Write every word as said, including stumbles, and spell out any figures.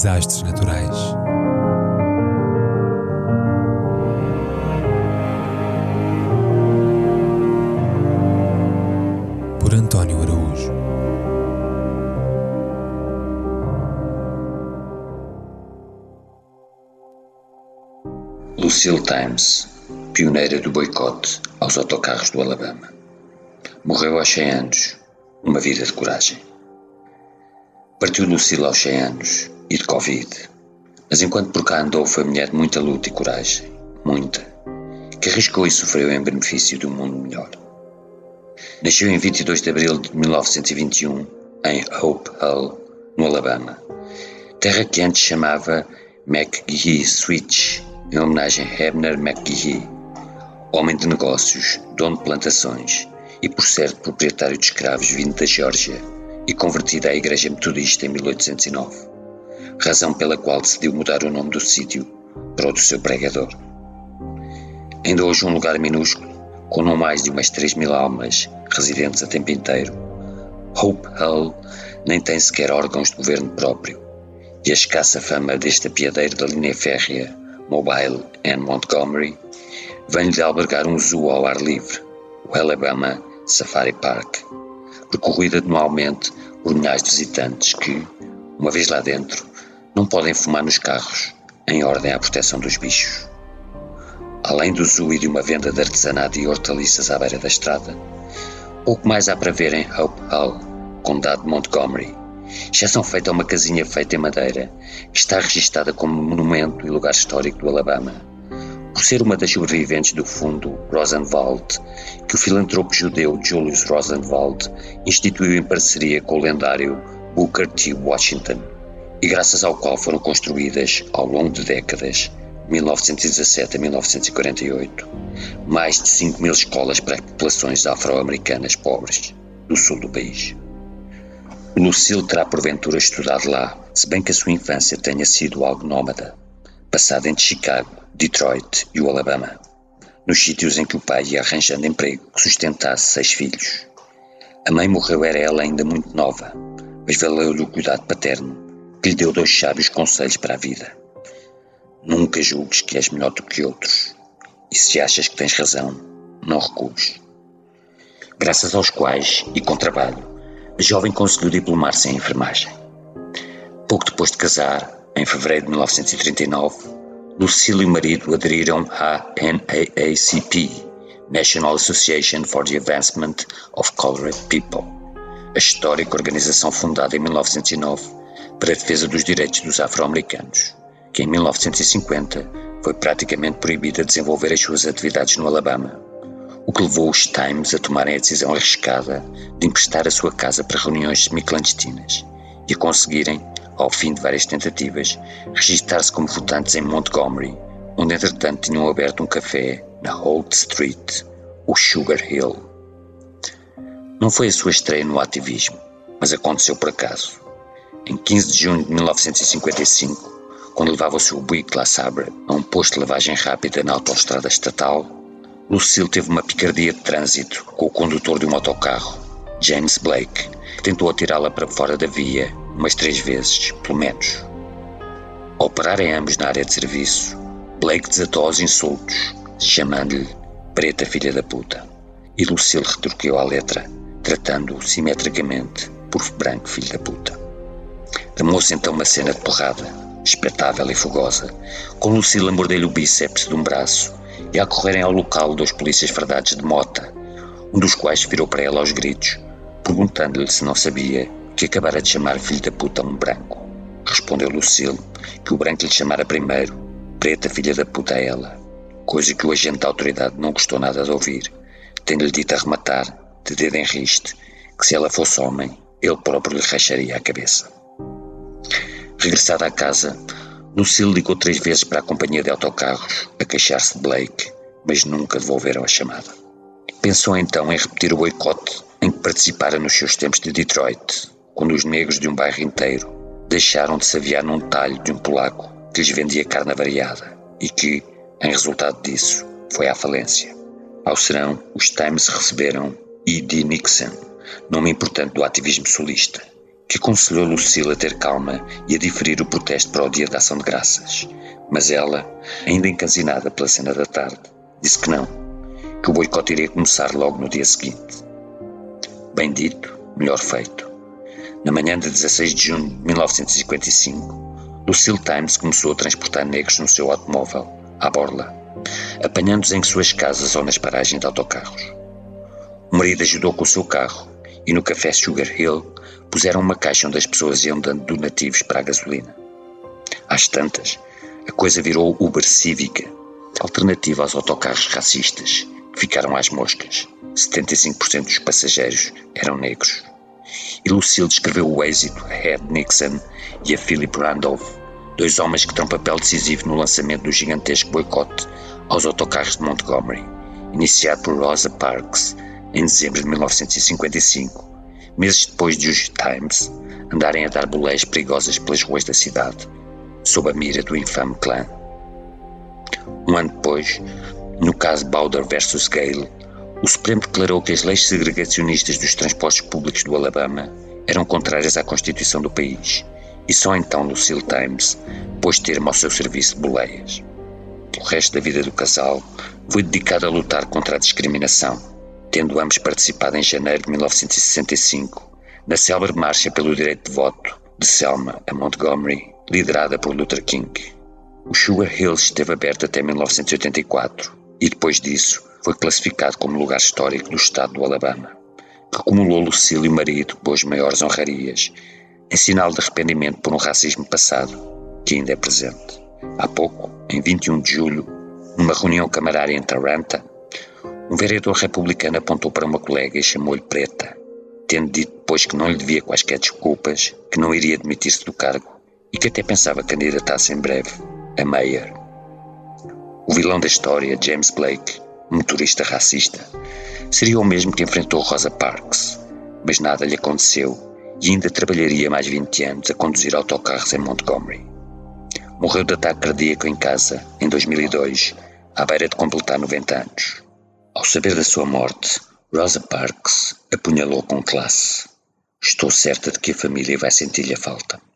desastres naturais. Por António Araújo. Lucille Times, pioneira do boicote aos autocarros do Alabama. Morreu aos cem anos, uma vida de coragem. Partiu Lucille aos cem anos e de Covid, mas enquanto por cá andou foi mulher de muita luta e coragem, muita, que arriscou e sofreu em benefício de um mundo melhor. Nasceu em vinte e dois de abril de mil novecentos e vinte e um, em Hope Hull, no Alabama, terra que antes chamava McGehee Switch, em homenagem a Abner McGehee, homem de negócios, dono de plantações e, por certo, proprietário de escravos vindo da Geórgia e convertido à Igreja Metodista em mil oitocentos e nove, razão pela qual decidiu mudar o nome do sítio para o do seu pregador. Ainda hoje um lugar minúsculo, com não mais de umas três mil almas residentes a tempo inteiro, Hope Hull nem tem sequer órgãos de governo próprio, e a escassa fama deste apiadeiro da linha férrea Mobile and Montgomery vem-lhe de albergar um zoo ao ar livre, o Alabama Safari Park, percorrido anualmente por milhares de visitantes que, uma vez lá dentro, não podem fumar nos carros, em ordem à proteção dos bichos. Além do zoo e de uma venda de artesanato e hortaliças à beira da estrada, pouco mais há para ver em Hope Hull, condado de Montgomery, exceção feita a uma casinha feita em madeira que está registada como monumento e lugar histórico do Alabama, por ser uma das sobreviventes do fundo Rosenwald, que o filantropo judeu Julius Rosenwald instituiu em parceria com o lendário Booker T. Washington, e graças ao qual foram construídas, ao longo de décadas, mil novecentos e dezassete a mil novecentos e quarenta e oito, mais de cinco mil escolas para populações afro-americanas pobres do sul do país. Lucille terá porventura estudado lá, se bem que a sua infância tenha sido algo nómada, passada entre Chicago, Detroit e o Alabama, nos sítios em que o pai ia arranjando emprego que sustentasse seis filhos. A mãe morreu era ela ainda muito nova, mas valeu-lhe o cuidado paterno, que lhe deu dois sábios conselhos para a vida. Nunca julgues que és melhor do que outros, e se achas que tens razão, não recues. Graças aos quais, e com trabalho, a jovem conseguiu diplomar-se em enfermagem. Pouco depois de casar, em fevereiro de mil novecentos e trinta e nove, Lucille e o marido aderiram à N double A C P, National Association for the Advancement of Colored People, a histórica organização fundada em mil novecentos e nove para a defesa dos direitos dos afro-americanos, que em mil novecentos e cinquenta foi praticamente proibida de desenvolver as suas atividades no Alabama, o que levou os Times a tomarem a decisão arriscada de emprestar a sua casa para reuniões semi-clandestinas e a conseguirem, ao fim de várias tentativas, registar-se como votantes em Montgomery, onde entretanto tinham aberto um café na Old Street, o Sugar Hill. Não foi a sua estreia no ativismo, mas aconteceu por acaso. Em quinze de junho de mil novecentos e cinquenta e cinco, quando levava o seu Buick LeSabre a um posto de lavagem rápida na autoestrada estatal, Lucille teve uma picardia de trânsito com o condutor de um autocarro, James Blake, que tentou atirá-la para fora da via umas três vezes, pelo menos. Ao pararem ambos na área de serviço, Blake desatou aos insultos, chamando-lhe preta filha da puta, e Lucille retorquiu à letra, tratando-o simetricamente por branco filho da puta. Armou-se então uma cena de porrada, espetável e fogosa, com Lucille a morder-lhe o bíceps de um braço e a correrem ao local dois polícias fardados de mota, um dos quais virou para ela aos gritos, perguntando-lhe se não sabia que acabara de chamar filho da puta a um branco. Respondeu Lucille que o branco lhe chamara primeiro preta filha da puta a ela, coisa que o agente da autoridade não gostou nada de ouvir, tendo-lhe dito a rematar, de dedo em riste, que se ela fosse homem, ele próprio lhe racharia a cabeça. Regressada à casa, Lucille ligou três vezes para a companhia de autocarros a queixar-se de Blake, mas nunca devolveram a chamada. Pensou então em repetir o boicote em que participara nos seus tempos de Detroit, quando os negros de um bairro inteiro deixaram de se aviar num talho de um polaco que lhes vendia carne avariada e que, em resultado disso, foi à falência. Ao serão, os Times receberam E D Nixon, nome importante do ativismo sulista, que aconselhou Lucille a ter calma e a diferir o protesto para o dia da ação de graças. Mas ela, ainda encanzinada pela cena da tarde, disse que não, que o boicote iria começar logo no dia seguinte. Bem dito, melhor feito. Na manhã de dezasseis de junho de mil novecentos e cinquenta e cinco, Lucille Times começou a transportar negros no seu automóvel, à borla, apanhando-os em suas casas ou nas paragens de autocarros. O marido ajudou com o seu carro e no café Sugar Hill puseram uma caixa onde as pessoas iam dando donativos para a gasolina. Às tantas, a coisa virou Uber Cívica, alternativa aos autocarros racistas, que ficaram às moscas. setenta e cinco por cento dos passageiros eram negros. E Lucille descreveu o êxito a Ed Nixon e a Philip Randolph, dois homens que terão papel decisivo no lançamento do gigantesco boicote aos autocarros de Montgomery, iniciado por Rosa Parks em dezembro de mil novecentos e cinquenta e cinco, meses depois de os Times andarem a dar boleias perigosas pelas ruas da cidade, sob a mira do infame clã. Um ano depois, no caso Bowder versus Gale, o Supremo declarou que as leis segregacionistas dos transportes públicos do Alabama eram contrárias à Constituição do país, e só então Lucille Times pôs termo ao seu serviço de boleias. O resto da vida do casal foi dedicado a lutar contra a discriminação, tendo ambos participado em janeiro de mil novecentos e sessenta e cinco na célebre marcha pelo direito de voto de Selma a Montgomery, liderada por Luther King. O Sugar Hill esteve aberto até mil novecentos e oitenta e quatro e depois disso foi classificado como lugar histórico do estado do Alabama, que acumulou Lucille e o marido boas maiores honrarias, em sinal de arrependimento por um racismo passado que ainda é presente. Há pouco, em vinte e um de julho, numa reunião camarária em Taranta, um vereador republicano apontou para uma colega e chamou-lhe preta, tendo dito depois que não lhe devia quaisquer desculpas, que não iria demitir-se do cargo e que até pensava candidatar-se em breve a mayor. O vilão da história, James Blake, um motorista racista, seria o mesmo que enfrentou Rosa Parks, mas nada lhe aconteceu e ainda trabalharia mais vinte anos a conduzir autocarros em Montgomery. Morreu de ataque cardíaco em casa em dois mil e dois, à beira de completar noventa anos. Ao saber da sua morte, Rosa Parks apunhalou com classe. Estou certa de que a família vai sentir-lhe a falta.